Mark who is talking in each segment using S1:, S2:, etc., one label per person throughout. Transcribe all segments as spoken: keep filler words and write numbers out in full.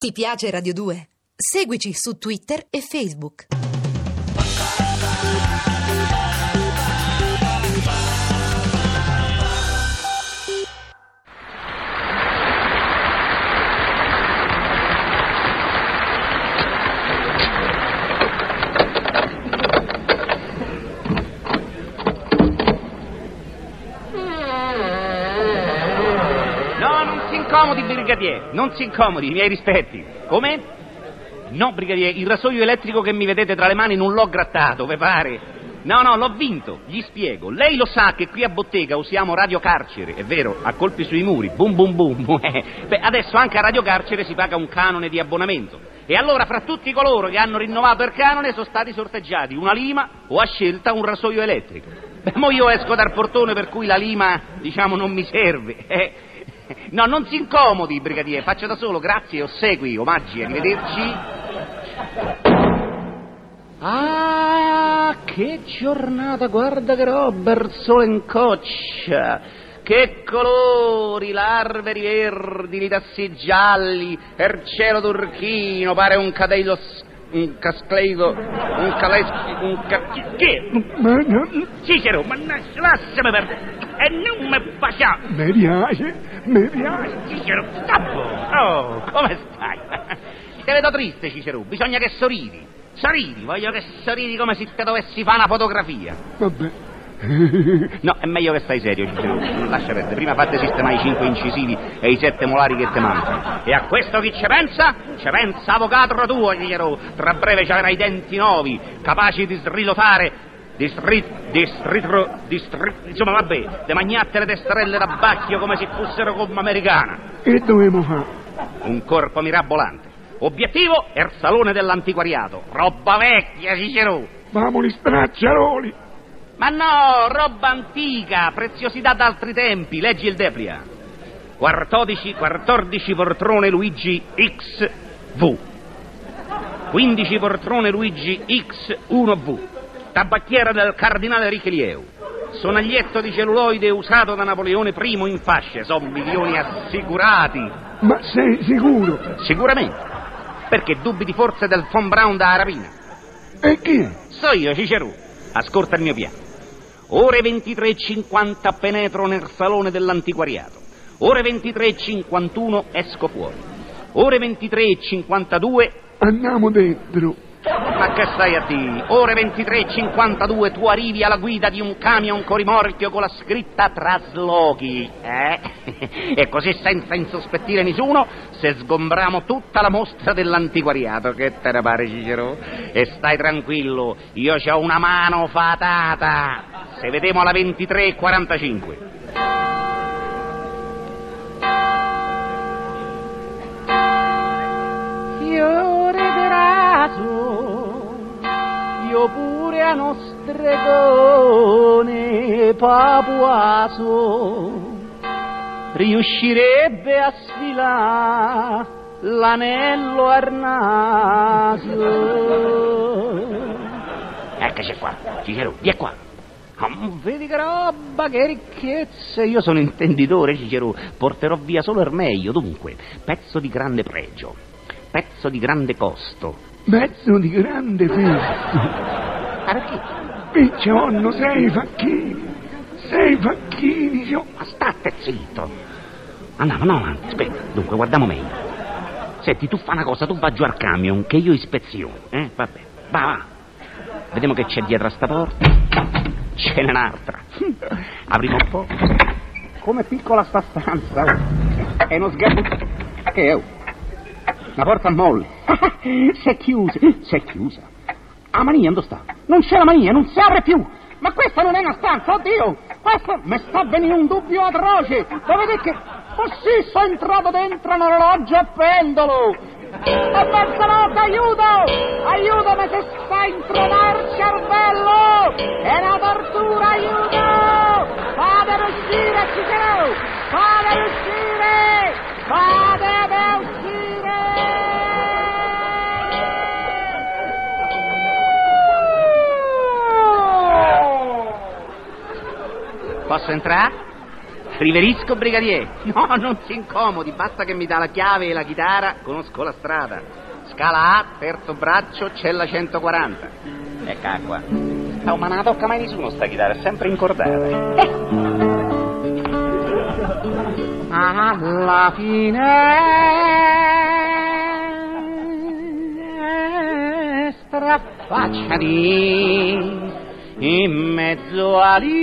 S1: Ti piace Radio due? Seguici su Twitter e Facebook.
S2: Incomodi, brigadier, non si incomodi, i miei rispetti. Come? No, brigadier, il rasoio elettrico che mi vedete tra le mani non l'ho grattato, ve pare? No, no, l'ho vinto, gli spiego. Lei lo sa che qui a bottega usiamo Radio Carcere, è vero, a colpi sui muri, boom boom boom. Beh, adesso anche a Radio Carcere si paga un canone di abbonamento. E allora fra tutti coloro che hanno rinnovato il canone sono stati sorteggiati una lima o a scelta un rasoio elettrico. Beh, mo io esco dal portone per cui la lima, diciamo, non mi serve, eh. No, non si incomodi, brigadier, faccio da solo, grazie, ossequi, omaggi, arrivederci. Ah, che giornata, guarda che roba, il sole in coccia, che colori, l'arberi verdi, i tassi gialli, il cielo turchino, pare un cadello, un cascleico, un calesco, un ca... Che? Cicero, ma lasciami perdere. E non mi faccia.
S3: Mi piace, mi piace.
S2: Cicero, stoppo. Oh, come stai? Ti vedo triste, Cicero, bisogna che sorridi. Sorridi, voglio che sorridi come se te dovessi fare una fotografia.
S3: Vabbè.
S2: No, è meglio che stai serio, Cicero. Lascia perdere, prima fate sistemare i cinque incisivi e i sette molari che te mancano. E a questo chi ci pensa? Ci pensa avvocato tuo, Cicero. Tra breve ci avrai i denti nuovi, capaci di srilotare. Distrit, distritro, distrit, insomma vabbè, de magnatte le testarelle da bacchio come se fossero gomma americana.
S3: E dovevamo fare?
S2: Un corpo mirabolante. Obiettivo è il salone dell'antiquariato. Roba vecchia, Cicero.
S3: Vamo, li stracciaroli.
S2: Ma no, roba antica, preziosità d'altri tempi, leggi il Deplia. quattordici, quattordici poltrone Luigi X V. quindici poltrone Luigi X uno V. Tabacchiera del cardinale Richelieu, sonaglietto di celluloide usato da Napoleone primo in fasce, sono milioni assicurati.
S3: Ma sei sicuro?
S2: Sicuramente, perché dubiti forse del Von Braun da Arabina?
S3: E chi è?
S2: So io, Cicero, ascolta il mio piano. Ore ventitré e cinquanta penetro nel salone dell'antiquariato, ore ventitré e cinquantuno esco fuori, ore ventitré e cinquantadue
S3: andiamo dentro.
S2: Ma che stai a dire? Ore ventitré e cinquantadue tu arrivi alla guida di un camion con rimorchio con la scritta traslochi, eh? E così senza insospettire nessuno se sgombriamo tutta la mostra dell'antiquariato. Che te ne pare, Cicero? E stai tranquillo, io c'ho una mano fatata. Se vediamo alla ventitré e quarantacinque. Fiore de raso, io pure a nostregone papuaso riuscirebbe a sfilare l'anello al naso. Eccoci qua, Cicero, vieni qua. Oh, vedi che roba, che ricchezza. Io sono intenditore, Cicero, porterò via solo il meglio. Dunque, pezzo di grande pregio, pezzo di grande costo,
S3: pezzo di grande festo.
S2: Ma perché?
S3: Picciono, sei facchini, sei facchini, io.
S2: Ma state zitto. Andiamo, no, avanti, aspetta. Dunque, guardiamo meglio. Senti, tu fa una cosa, tu vai giù al camion, che io ispeziono, eh? Vabbè, va, va. Vediamo che c'è dietro a sta porta. Ce n'è un'altra. Apriamo un po'. Come piccola sta stanza, oh. È uno sgabbo. Che è, oh? La porta a molle. Si è chiusa, si è chiusa. La maniglia dove sta? Non c'è la maniglia, non si apre più. Ma questa non è una stanza, oddio! Questo mi sta venendo un dubbio atroce. Dovete che... Oh sì, sono entrato dentro un orologio a pendolo. A mezzanotte, aiuto! Aiutami che sta in trovare il cervello! È una tortura, aiuto! Fatemi uscire, Cicero! Fatemi uscire! Fatemi uscire! Posso entrare? Riverisco, brigadier. No, non si incomodi, basta che mi dà la chiave e la chitarra, conosco la strada. Scala A, terzo braccio, cella centoquaranta. Ecco qua. Oh, ma non la tocca mai nessuno sta chitarra, è sempre incordata. Eh. Alla finestra affacciati in mezzo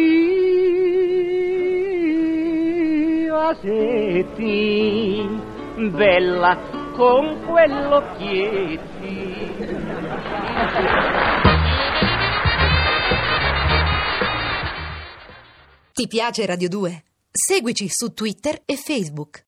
S2: agli vasetti, bella con quell'occhietti.
S1: Ti piace Radio due? Seguici su Twitter e Facebook.